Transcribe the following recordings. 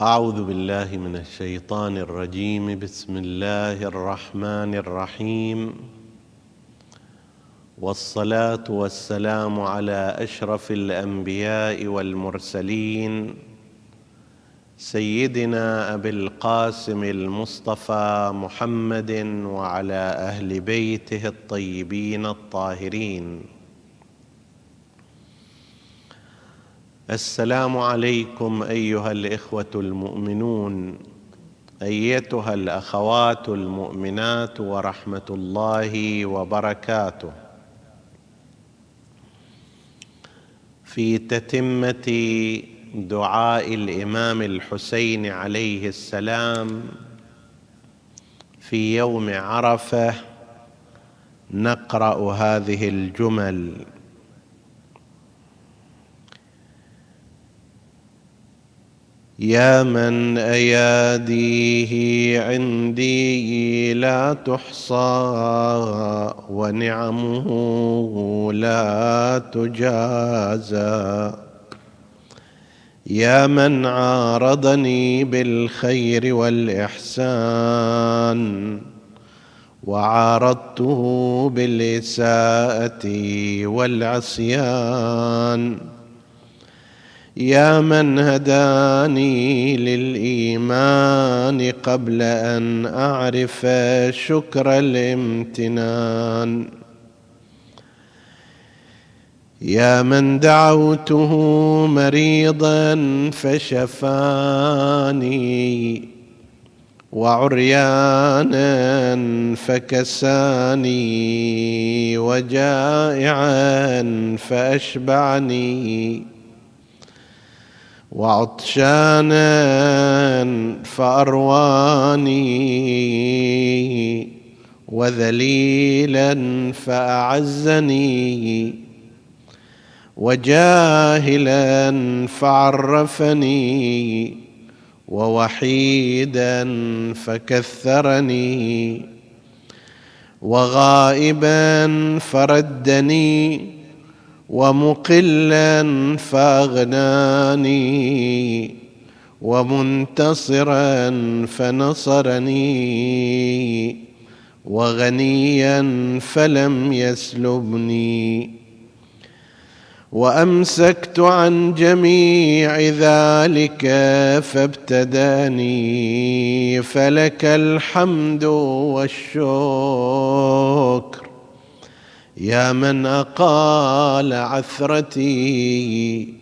أعوذ بالله من الشيطان الرجيم. بسم الله الرحمن الرحيم، والصلاة والسلام على أشرف الأنبياء والمرسلين سيدنا أبي القاسم المصطفى محمد وعلى أهل بيته الطيبين الطاهرين. السلام عليكم أيها الإخوة المؤمنون، أيتها الأخوات المؤمنات، ورحمة الله وبركاته. في تتمة دعاء الإمام الحسين عليه السلام في يوم عرفة نقرأ هذه الجمل: يا من أياديه عندي لا تحصى ونعمه لا تجازى، يا من عارضني بالخير والإحسان وعارضته بالإساءة والعصيان، يا من هداني للإيمان قبل أن أعرف شكر الامتنان، يا من دعوته مريضا فشفاني وعريانا فكساني وجائعا فأشبعني وعطشانا فأرواني وذليلا فأعزني وجاهلا فعرفني ووحيدا فكثرني وغائبا فردني ومقلا فأغناني ومنتصرا فنصرني وغنيا فلم يسلبني، وأمسكت عن جميع ذلك فابتداني، فلك الحمد والشكر يا من أقال عثرتي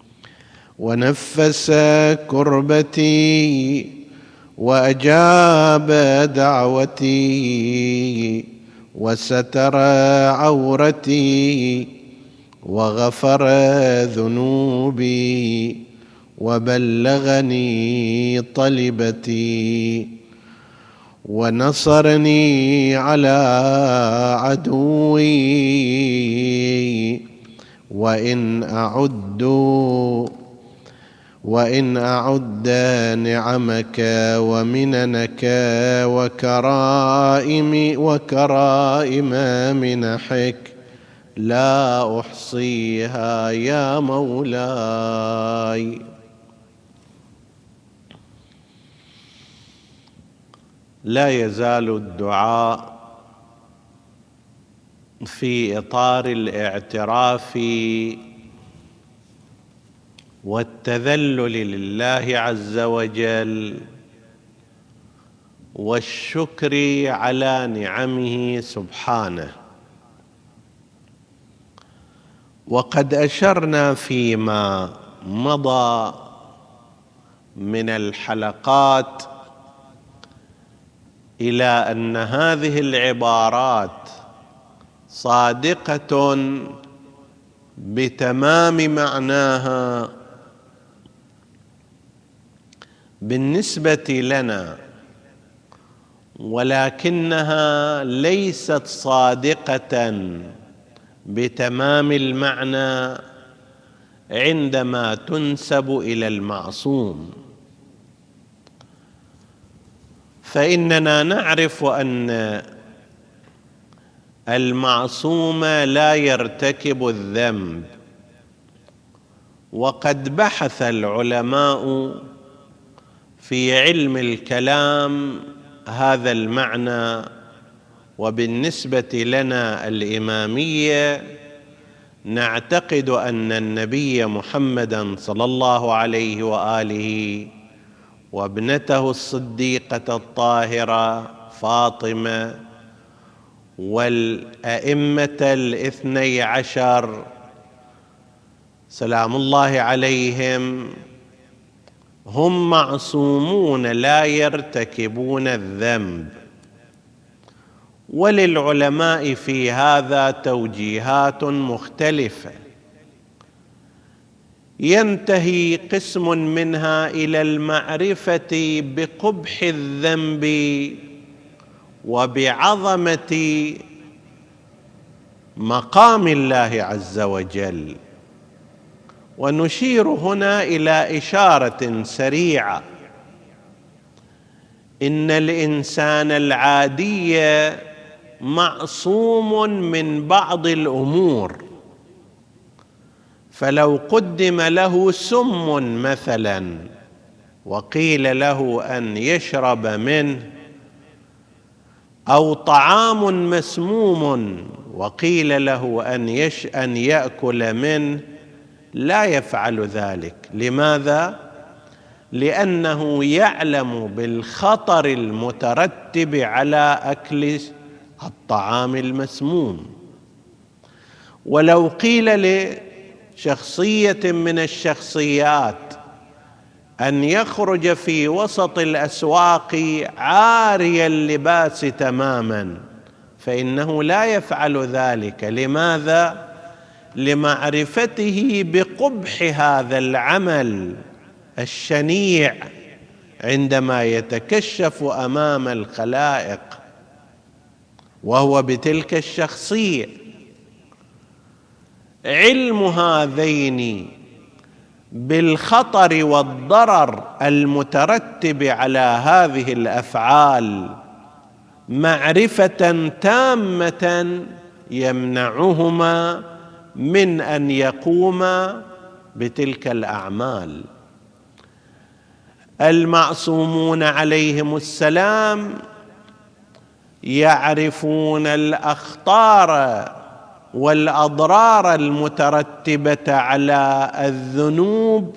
ونفس كربتي وأجاب دعوتي وستر عورتي وغفر ذنوبي وبلغني طلبتي ونصرني على عدوي، وإن أعد نعمك ومننك وكرائم منحك لا أحصيها يا مولاي. لا يزال الدعاء في إطار الاعتراف والتذلل لله عز وجل والشكر على نعمه سبحانه. وقد أشرنا فيما مضى من الحلقات إلى أن هذه العبارات صادقة بتمام معناها بالنسبة لنا، ولكنها ليست صادقة بتمام المعنى عندما تنسب إلى المعصوم. فإننا نعرف أن المعصوم لا يرتكب الذنب، وقد بحث العلماء في علم الكلام هذا المعنى، وبالنسبة لنا الإمامية نعتقد أن النبي محمدا صلى الله عليه وآله وابنته الصديقة الطاهرة فاطمة والأئمة الاثني عشر سلام الله عليهم هم معصومون لا يرتكبون الذنب. وللعلماء في هذا توجيهات مختلفة، ينتهي قسم منها إلى المعرفة بقبح الذنب وبعظمة مقام الله عز وجل. ونشير هنا إلى إشارة سريعة: إن الإنسان العادي معصوم من بعض الأمور، فلو قدم له سم مثلا وقيل له أن يشرب منه، أو طعام مسموم وقيل له أن يأكل منه، لا يفعل ذلك. لماذا؟ لأنه يعلم بالخطر المترتب على أكل الطعام المسموم. ولو قيل لشخصية من الشخصيات أن يخرج في وسط الأسواق عاري اللباس تماما، فإنه لا يفعل ذلك. لماذا؟ لمعرفته بقبح هذا العمل الشنيع عندما يتكشف أمام الخلائق وهو بتلك الشخصية. علم هذين بالخطر والضرر المترتب على هذه الأفعال معرفة تامة يمنعهما من أن يقوما بتلك الأعمال. المعصومون عليهم السلام يعرفون الأخطار والأضرار المترتبة على الذنوب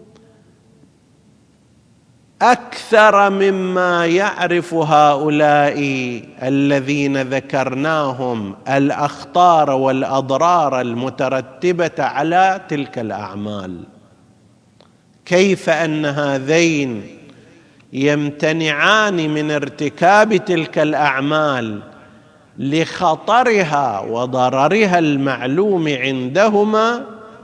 أكثر مما يعرف هؤلاء الذين ذكرناهم الأخطار والأضرار المترتبة على تلك الأعمال. كيف أن هذين يمتنعان من ارتكاب تلك الأعمال لخطرها وضررها المعلوم عندهما،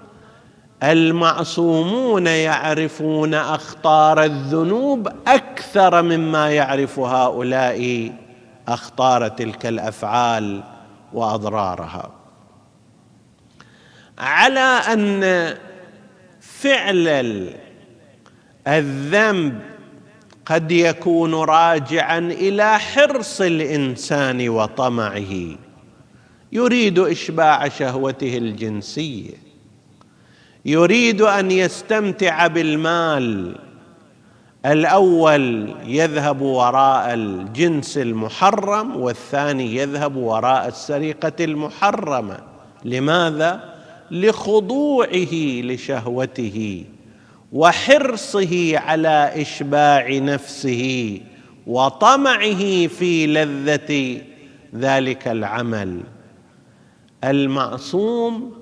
المعصومون يعرفون أخطار الذنوب أكثر مما يعرف هؤلاء أخطار تلك الأفعال وأضرارها. على أن فعل الذنب قد يكون راجعا إلى حرص الإنسان وطمعه، يريد إشباع شهوته الجنسية، يريد أن يستمتع بالمال. الأول يذهب وراء الجنس المحرم، والثاني يذهب وراء السرقة المحرمة. لماذا؟ لخضوعه لشهوته وحرصه على إشباع نفسه وطمعه في لذة ذلك العمل. المعصوم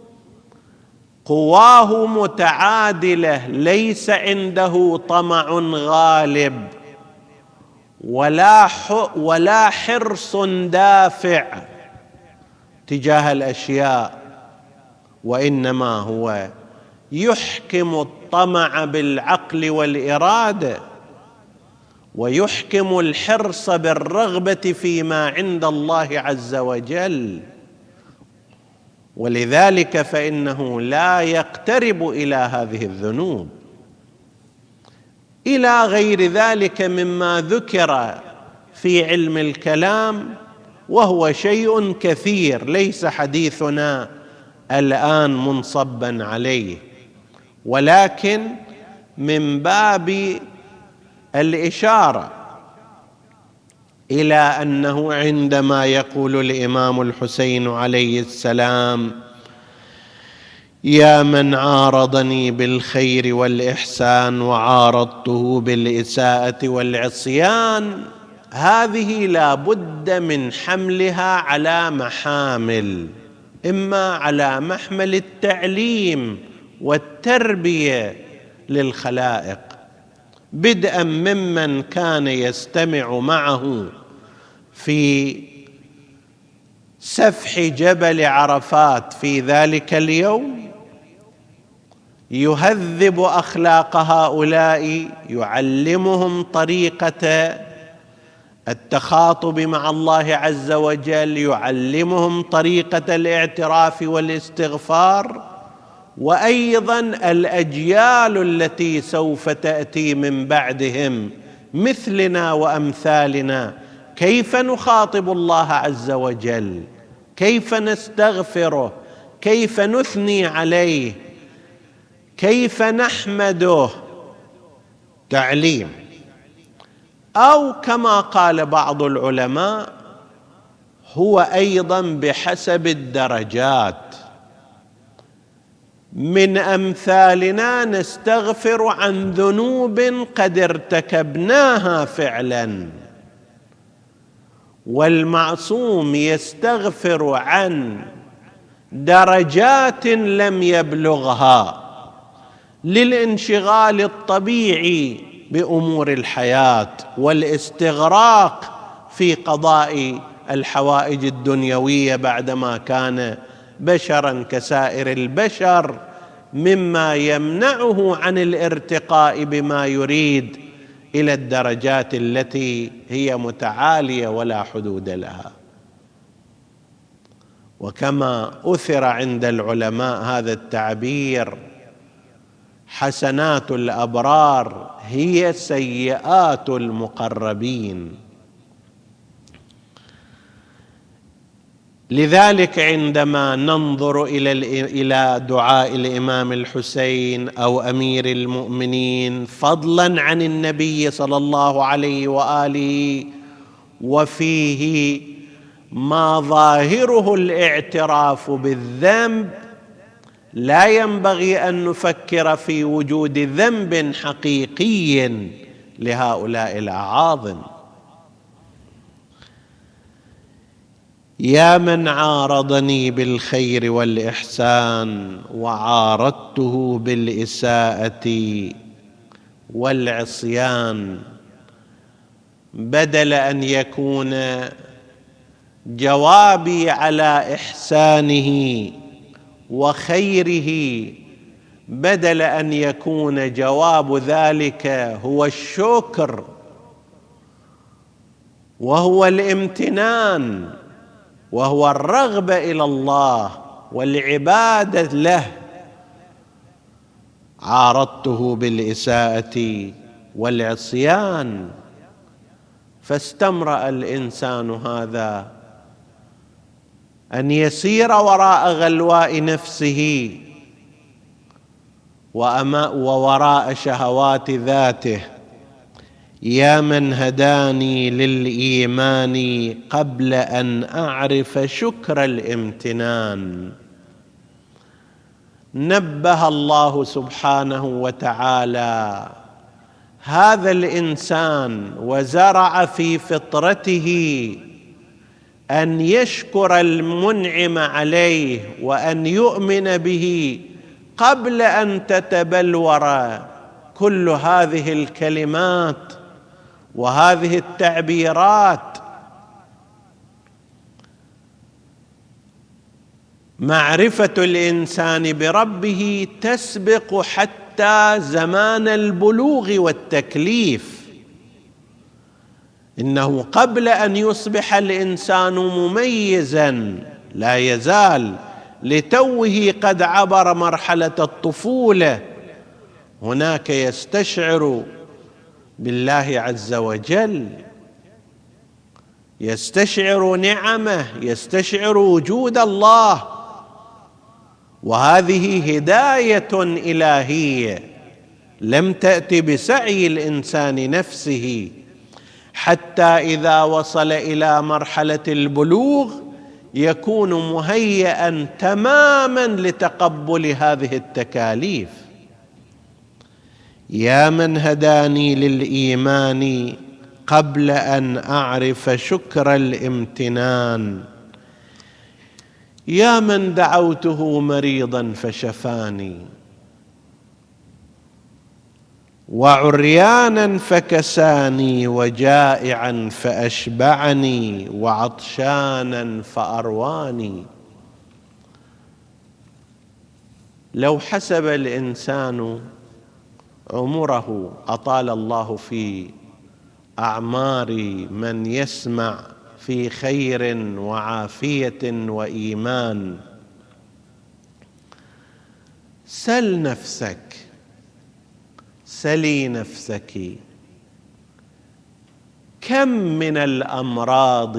قواه متعادلة، ليس عنده طمع غالب ولا حرص دافع تجاه الأشياء، وإنما هو يحكم الطمع بالعقل والإرادة، ويحكم الحرص بالرغبة فيما عند الله عز وجل. ولذلك فإنه لا يقترب إلى هذه الذنوب. إلى غير ذلك مما ذكر في علم الكلام، وهو شيء كثير ليس حديثنا الآن منصبا عليه، ولكن من باب الإشارة إلى أنه عندما يقول الإمام الحسين عليه السلام: يا من عارضني بالخير والإحسان وعارضته بالإساءة والعصيان، هذه لا بد من حملها على محامل، إما على محمل التعليم والتربية للخلائق، بدءا ممن كان يستمع معه في سفح جبل عرفات في ذلك اليوم، يهذب أخلاق هؤلاء، يعلمهم طريقة التخاطب مع الله عز وجل، يعلمهم طريقة الاعتراف والاستغفار، وأيضا الأجيال التي سوف تأتي من بعدهم مثلنا وأمثالنا، كيف نخاطب الله عز وجل، كيف نستغفره، كيف نثني عليه، كيف نحمده. تعليم. أو كما قال بعض العلماء: هو أيضا بحسب الدرجات، من أمثالنا نستغفر عن ذنوب قد ارتكبناها فعلا، والمعصوم يستغفر عن درجات لم يبلغها للانشغال الطبيعي بأمور الحياة والاستغراق في قضاء الحوائج الدنيوية بعدما كان بشرا كسائر البشر، مما يمنعه عن الارتقاء بما يريد إلى الدرجات التي هي متعالية ولا حدود لها. وكما أثر عند العلماء هذا التعبير: حسنات الأبرار هي سيئات المقربين. لذلك عندما ننظر إلى دعاء الإمام الحسين أو أمير المؤمنين، فضلا عن النبي صلى الله عليه وآله، وفيه ما ظاهره الاعتراف بالذنب، لا ينبغي أن نفكر في وجود ذنب حقيقي لهؤلاء الأعاظم. يا من عارضني بالخير والإحسان وعارضته بالإساءة والعصيان، بدل أن يكون جوابي على إحسانه وخيره، بدل أن يكون جواب ذلك هو الشكر وهو الامتنان وهو الرغبة إلى الله والعبادة له، عارضته بالإساءة والعصيان. فاستمرأ الإنسان هذا أن يسير وراء غلواء نفسه ووراء شهوات ذاته. يا من هداني للإيمان قبل أن أعرف شكر الامتنان. نبه الله سبحانه وتعالى هذا الإنسان وزرع في فطرته أن يشكر المنعم عليه وأن يؤمن به قبل أن تتبلور كل هذه الكلمات وهذه التعبيرات. معرفة الإنسان بربه تسبق حتى زمان البلوغ والتكليف. إنه قبل أن يصبح الإنسان مميزا لا يزال لتوه قد عبر مرحلة الطفولة، هناك يستشعر بالله عز وجل، يستشعر نعمه، يستشعر وجود الله، وهذه هداية إلهية لم تأتي بسعي الإنسان نفسه، حتى إذا وصل إلى مرحلة البلوغ يكون مهيئا تماما لتقبل هذه التكاليف. يا من هداني للإيمان قبل أن أعرف شكر الامتنان، يا من دعوته مريضا فشفاني، وعريانا فكساني، وجائعا فأشبعني، وعطشانا فأرواني. لو حسب الإنسان عمره، أطال الله في أعمار من يسمع في خير وعافية وإيمان، سل نفسك، سلي نفسك، كم من الأمراض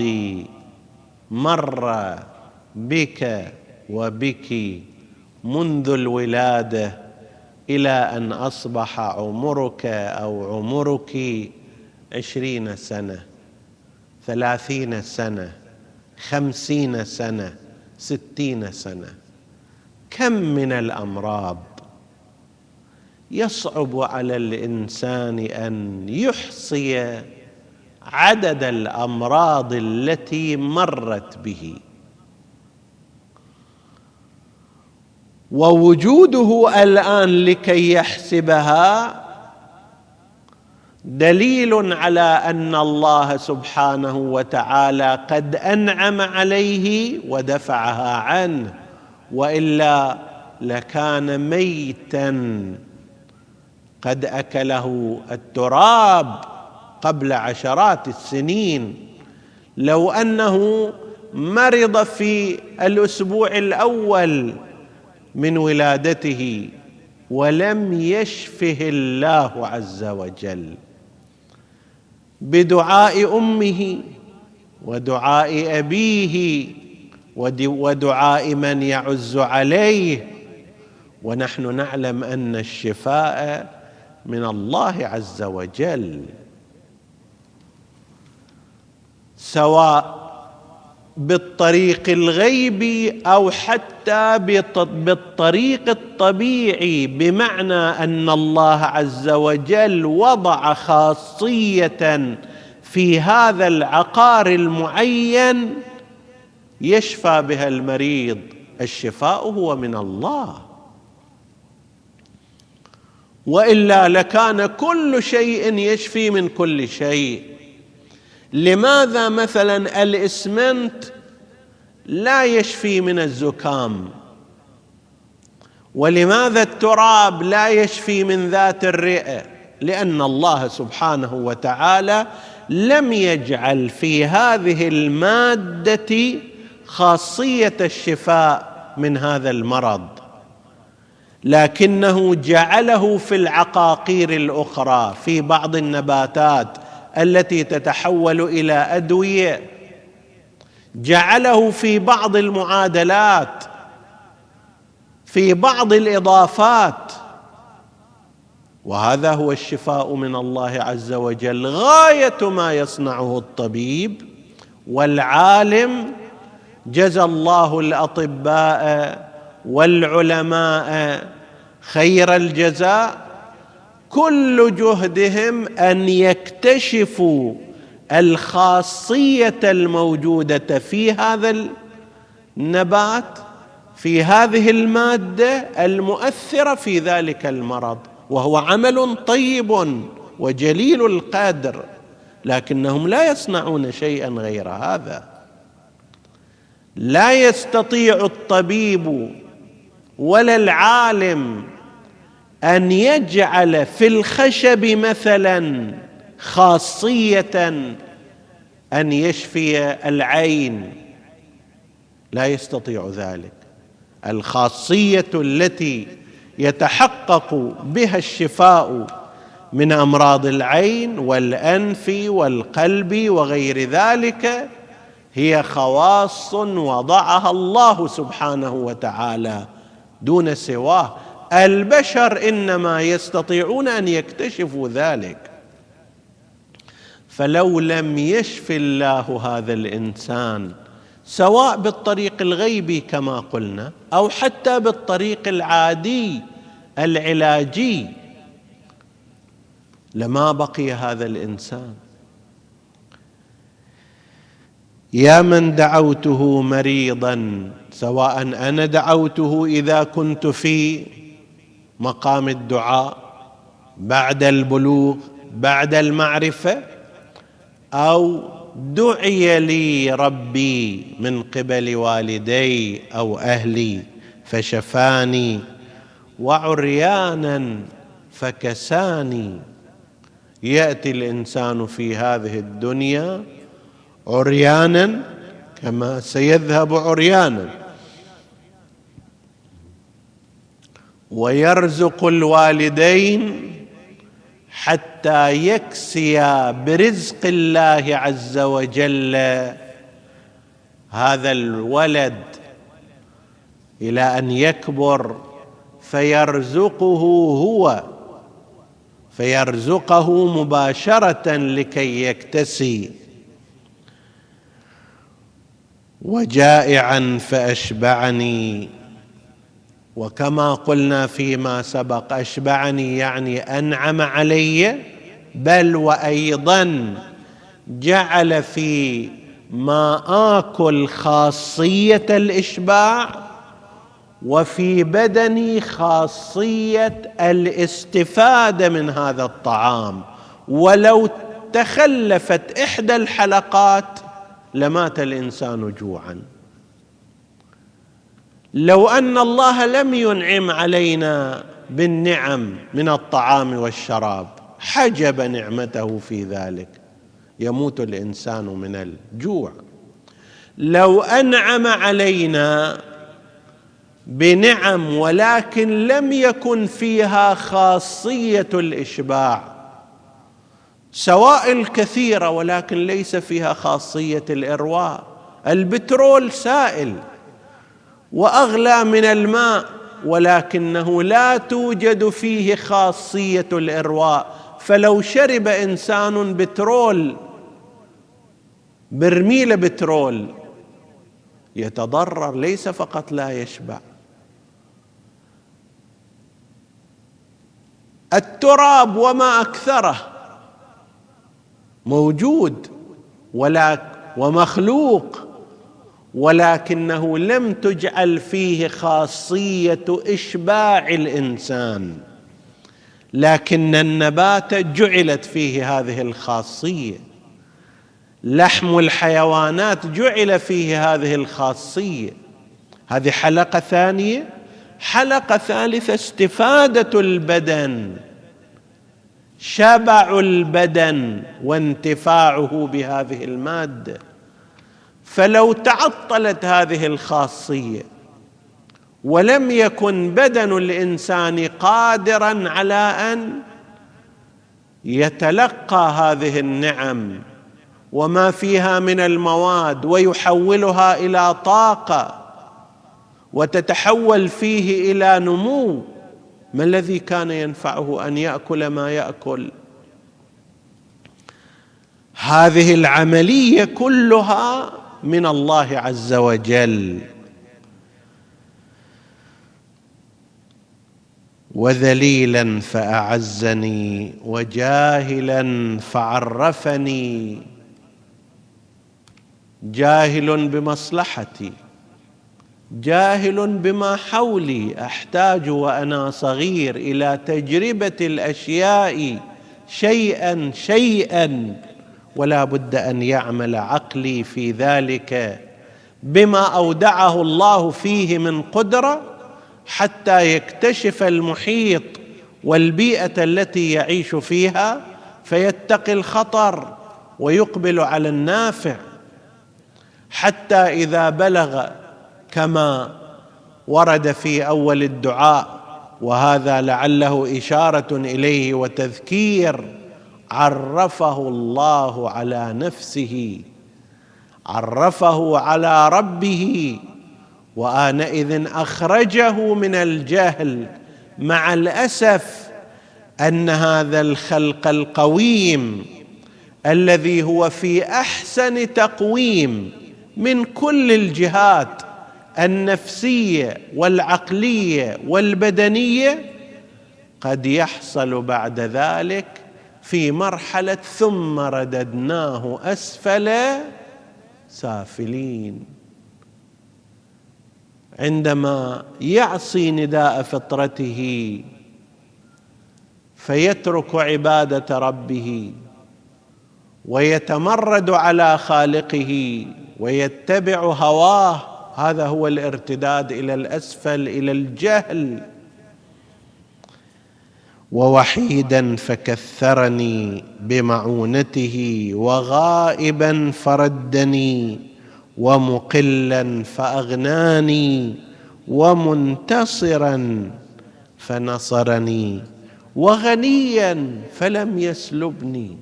مر بك وبك منذ الولادة إلى أن أصبح عمرك أو عمرك 20 سنة، 30 سنة، 50 سنة، 60 سنة. كم من الأمراض. يصعب على الإنسان أن يحصي عدد الأمراض التي مرت به، ووجوده الآن لكي يحسبها دليل على أن الله سبحانه وتعالى قد أنعم عليه ودفعها عنه، وإلا لكان ميتا قد أكله التراب قبل عشرات السنين. لو أنه مرض في الأسبوع الأول من ولادته ولم يشفه الله عز وجل بدعاء أمه ودعاء أبيه ودعاء من يعز عليه، ونحن نعلم أن الشفاء من الله عز وجل، سواء بالطريق الغيبي أو حتى بالطريق الطبيعي، بمعنى أن الله عز وجل وضع خاصية في هذا العقار المعين يشفى بها المريض. الشفاء هو من الله، وإلا لكان كل شيء يشفي من كل شيء. لماذا مثلا الإسمنت لا يشفي من الزكام؟ ولماذا التراب لا يشفي من ذات الرئة؟ لأن الله سبحانه وتعالى لم يجعل في هذه المادة خاصية الشفاء من هذا المرض، لكنه جعله في العقاقير الأخرى، في بعض النباتات التي تتحول إلى أدوية، جعله في بعض المعادلات، في بعض الإضافات، وهذا هو الشفاء من الله عز وجل. غاية ما يصنعه الطبيب والعالم، جزى الله الأطباء والعلماء خير الجزاء، كل جهدهم أن يكتشفوا الخاصية الموجودة في هذا النبات، في هذه المادة المؤثرة في ذلك المرض، وهو عمل طيب وجليل القدر، لكنهم لا يصنعون شيئا غير هذا. لا يستطيع الطبيب ولا العالم أن يجعل في الخشب مثلا خاصية أن يشفي العين، لا يستطيع ذلك. الخاصية التي يتحقق بها الشفاء من أمراض العين والأنف والقلب وغير ذلك هي خواص وضعها الله سبحانه وتعالى دون سواه. البشر إنما يستطيعون أن يكتشفوا ذلك. فلو لم يشف الله هذا الإنسان سواء بالطريق الغيبي كما قلنا أو حتى بالطريق العادي العلاجي لما بقي هذا الإنسان. يا من دعوته مريضا، سواء أنا دعوته إذا كنت في مقام الدعاء بعد البلوغ بعد المعرفة، أو دعي لي ربي من قبل والدي أو أهلي فشفاني، وعريانا فكساني. يأتي الإنسان في هذه الدنيا عريانا كما سيذهب عريانا، ويرزق الوالدين حتى يكسيا برزق الله عز وجل هذا الولد إلى أن يكبر فيرزقه مباشرة لكي يكتسي. وجائعا فأشبعني، وكما قلنا فيما سبق أشبعني يعني أنعم علي، بل وأيضا جعل في ما آكل خاصية الإشباع، وفي بدني خاصية الاستفادة من هذا الطعام. ولو تخلفت إحدى الحلقات لمات الإنسان جوعا. لو أن الله لم ينعم علينا بالنعم من الطعام والشراب، حجب نعمته في ذلك، يموت الإنسان من الجوع. لو أنعم علينا بنعم ولكن لم يكن فيها خاصية الإشباع، سوائل كثيرة ولكن ليس فيها خاصية الإرواء. البترول سائل وأغلى من الماء، ولكنه لا توجد فيه خاصية الإرواء. فلو شرب إنسان بترول، برميل بترول، يتضرر، ليس فقط لا يشبع. التراب وما أكثره موجود ومخلوق، ولكنه لم تجعل فيه خاصية إشباع الإنسان، لكن النبات جعلت فيه هذه الخاصية. لحم الحيوانات جعل فيه هذه الخاصية. هذه حلقة ثانية. حلقة ثالثة استفادة البدن، شبع البدن وانتفاعه بهذه المادة. فلو تعطلت هذه الخاصية ولم يكن بدن الإنسان قادرا على أن يتلقى هذه النعم وما فيها من المواد ويحولها إلى طاقة وتتحول فيه إلى نمو، ما الذي كان ينفعه أن يأكل ما يأكل؟ هذه العملية كلها من الله عز وجل. وذليلا فأعزني، وجاهلا فعرفني. جاهل بمصلحتي، جاهل بما حولي، أحتاج وأنا صغير إلى تجربة الأشياء شيئا شيئا، ولا بد أن يعمل عقلي في ذلك بما أودعه الله فيه من قدرة، حتى يكتشف المحيط والبيئة التي يعيش فيها فيتقي الخطر ويقبل على النافع، حتى إذا بلغ كما ورد في أول الدعاء، وهذا لعله إشارة إليه وتذكير، عرفه الله على نفسه، عرفه على ربه، وآنئذ أخرجه من الجهل مع الأسف أن هذا الخلق القويم الذي هو في أحسن تقويم من كل الجهات النفسية والعقلية والبدنية قد يحصل بعد ذلك في مرحلة ثم رددناه أسفل سافلين، عندما يعصي نداء فطرته فيترك عبادة ربه ويتمرد على خالقه ويتبع هواه، هذا هو الارتداد إلى الأسفل، إلى الجهل. ووحيدا فكثرني بمعونته، وغائبا فردني، ومقلا فأغناني، ومنتصرا فنصرني، وغنيا فلم يسلبني.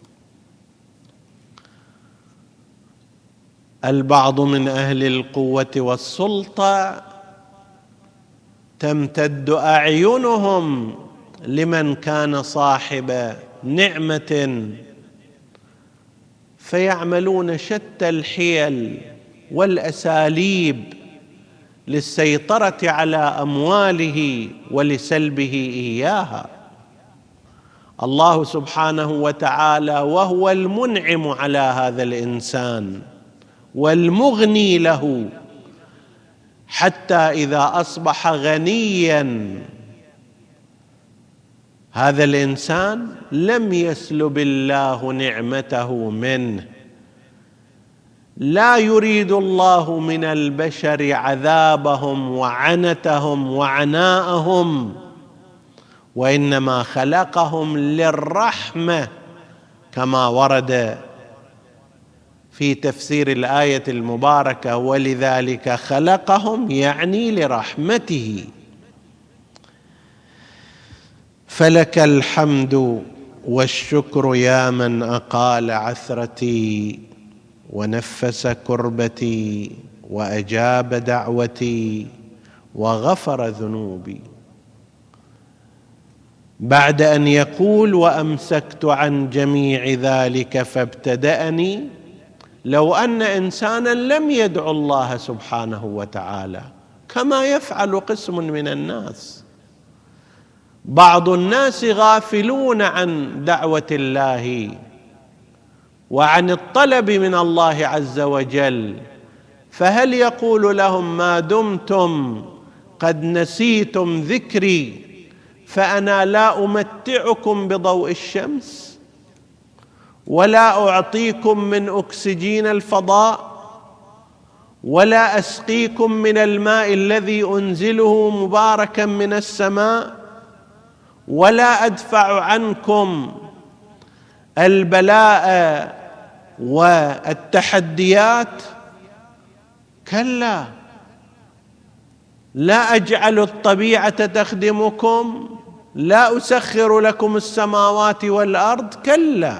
البعض من أهل القوة والسلطة تمتد أعينهم لمن كان صاحب نعمة فيعملون شتى الحيل والأساليب للسيطرة على أمواله ولسلبه إياها. الله سبحانه وتعالى وهو المنعم على هذا الإنسان والمغني له، حتى إذا أصبح غنيا هذا الإنسان لم يسلب الله نعمته منه. لا يريد الله من البشر عذابهم وعنتهم وعناءهم، وإنما خلقهم للرحمة كما ورد في تفسير الآية المباركة: ولذلك خلقهم، يعني لرحمته. فلك الحمد والشكر يا من أقال عثرتي ونفس كربتي وأجاب دعوتي وغفر ذنوبي. بعد أن يقول: وأمسكت عن جميع ذلك فابتدأني، لو أن إنسانا لم يدعو الله سبحانه وتعالى كما يفعل قسم من الناس، بعض الناس غافلون عن دعوة الله وعن الطلب من الله عز وجل، فهل يقول لهم: ما دمتم قد نسيتم ذكري فأنا لا أمتعكم بضوء الشمس ولا أعطيكم من أكسجين الفضاء ولا أسقيكم من الماء الذي أنزله مباركا من السماء ولا أدفع عنكم البلاء والتحديات؟ كلا، لا أجعل الطبيعة تخدمكم، لا أسخر لكم السماوات والأرض، كلا.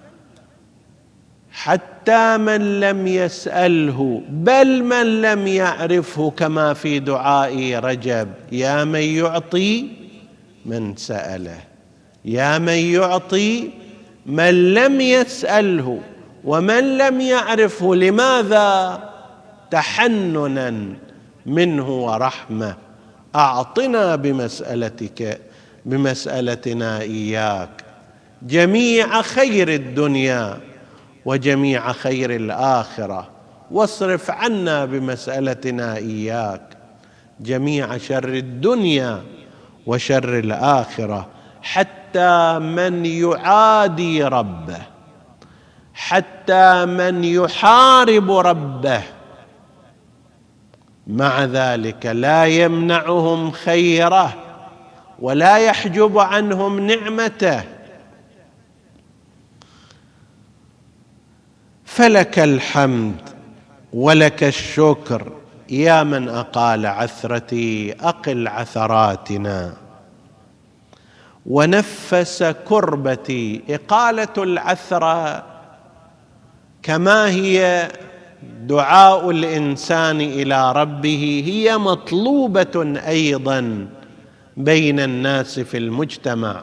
حتى من لم يسأله، بل من لم يعرفه، كما في دعاء رجب: يا من يعطي من سأله، يا من يعطي من لم يسأله ومن لم يعرفه. لماذا؟ تحننا منه ورحمة. أعطنا بمسألتنا إياك جميع خير الدنيا وجميع خير الآخرة، واصرف عنا بمسألتنا إياك جميع شر الدنيا وشر الآخرة. حتى من يعادي ربه، حتى من يحارب ربه، مع ذلك لا يمنعهم خيره ولا يحجب عنهم نعمته. فلك الحمد ولك الشكر يا من أقال عثرتي، أقل عثراتنا ونفس كربتي. إقالة العثرة كما هي دعاء الإنسان إلى ربه هي مطلوبة أيضا بين الناس في المجتمع.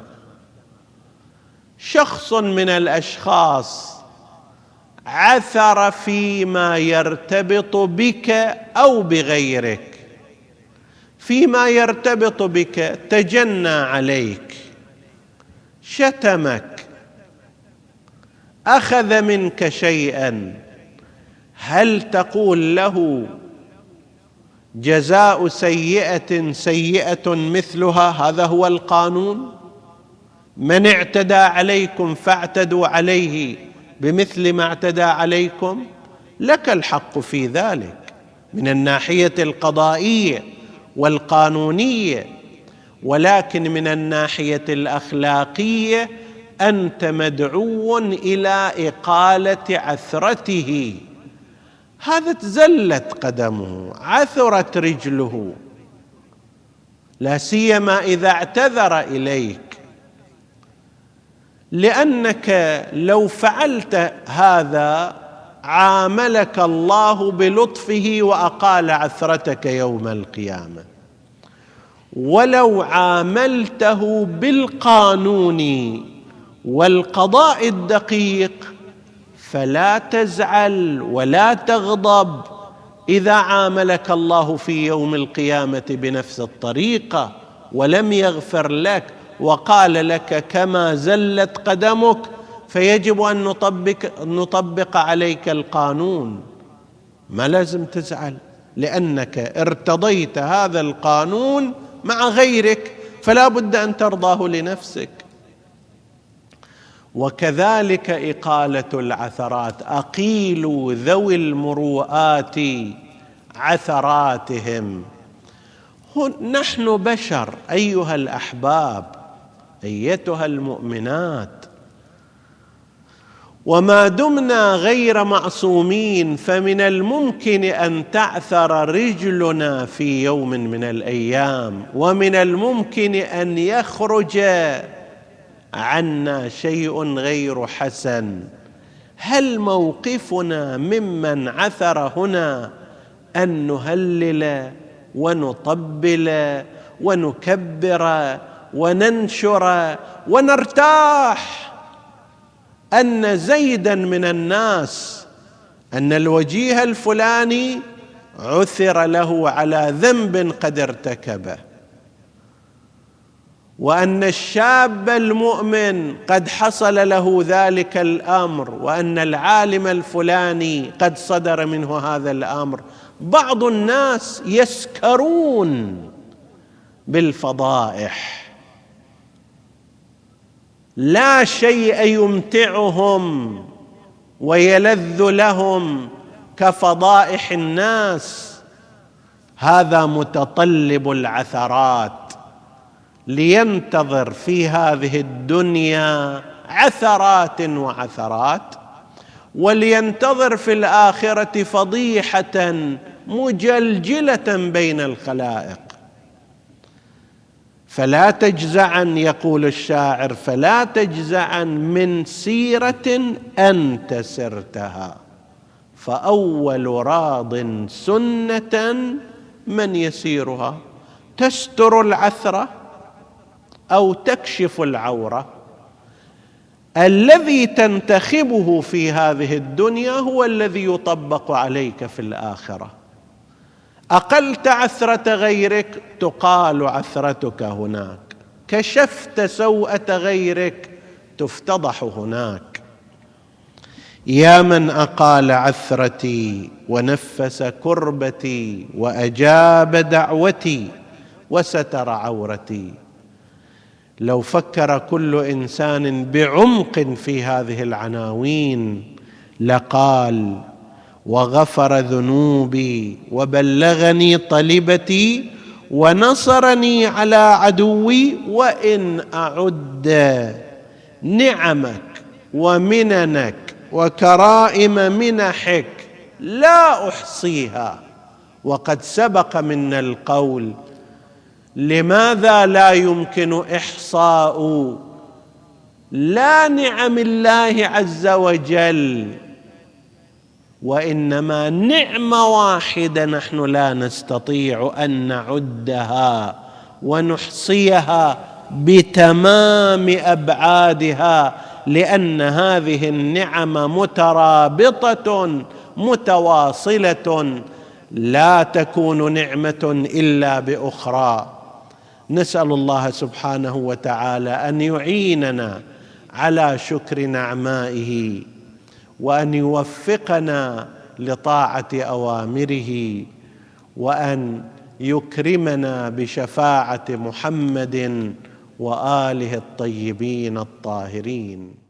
شخص من الأشخاص عثر فيما يرتبط بك أو بغيرك. فيما يرتبط بك تجنى عليك، شتمك، أخذ منك شيئا، هل تقول له جزاء سيئة سيئة مثلها؟ هذا هو القانون. من اعتدى عليكم فاعتدوا عليه بمثل ما اعتدى عليكم. لك الحق في ذلك من الناحية القضائية والقانونية، ولكن من الناحية الأخلاقية أنت مدعو إلى إقالة عثرته. هذا تزلت قدمه، عثرت رجله، لا سيما إذا اعتذر إليك، لأنك لو فعلت هذا عاملك الله بلطفه وأقال عثرتك يوم القيامة. ولو عاملته بالقانون والقضاء الدقيق فلا تزعل ولا تغضب إذا عاملك الله في يوم القيامة بنفس الطريقة ولم يغفر لك وقال لك كما زلت قدمك فيجب أن نطبق عليك القانون. ما لازم تزعل، لأنك ارتضيت هذا القانون مع غيرك، فلا بد أن ترضاه لنفسك. وكذلك إقالة العثرات، أقيلوا ذوي المروءات عثراتهم. نحن بشر أيها الأحباب، أيتها المؤمنات، وما دمنا غير معصومين فمن الممكن أن تعثر رجلنا في يوم من الأيام، ومن الممكن أن يخرج عنا شيء غير حسن. هل موقفنا ممن عثر هنا أن نهلل ونطبل ونكبر وننشر ونرتاح أن زيدا من الناس، أن الوجيه الفلاني عثر له على ذنب قد ارتكبه، وأن الشاب المؤمن قد حصل له ذلك الأمر، وأن العالم الفلاني قد صدر منه هذا الأمر؟ بعض الناس يسكرون بالفضائح، لا شيء يمتعهم ويلذ لهم كفضائح الناس. هذا متطلب العثرات، لينتظر في هذه الدنيا عثرات وعثرات، ولينتظر في الآخرة فضيحة مجلجلة بين الخلائق. فلا تجزعن، يقول الشاعر، فلا تجزعن من سيرة أنت سرتها، فأول راض سنة من يسيرها. تستر العثرة أو تكشف العورة. الذي تنتخبه في هذه الدنيا هو الذي يطبق عليك في الآخرة. أقلت عثرة غيرك تقال عثرتك هناك، كشفت سوءة غيرك تفتضح هناك. يا من أقال عثرتي ونفس كربتي وأجاب دعوتي وستر عورتي. لو فكر كل إنسان بعمق في هذه العناوين لقال: وغفر ذنوبي وبلغني طلبتي ونصرني على عدوي، وإن أعد نعمك ومننك وكرائم منحك لا أحصيها. وقد سبق منا القول: لماذا لا يمكن إحصاء لا نعم الله عز وجل، وإنما نعمة واحدة نحن لا نستطيع أن نعدها، ونحصيها بتمام ابعادها، لان هذه النعم مترابطه متواصله، لا تكون نعمه الا باخرى. نسال الله سبحانه وتعالى ان يعيننا على شكر نعمائه، وان يوفقنا لطاعه اوامره، وان يكرمنا بشفاعه محمد واله الطيبين الطاهرين.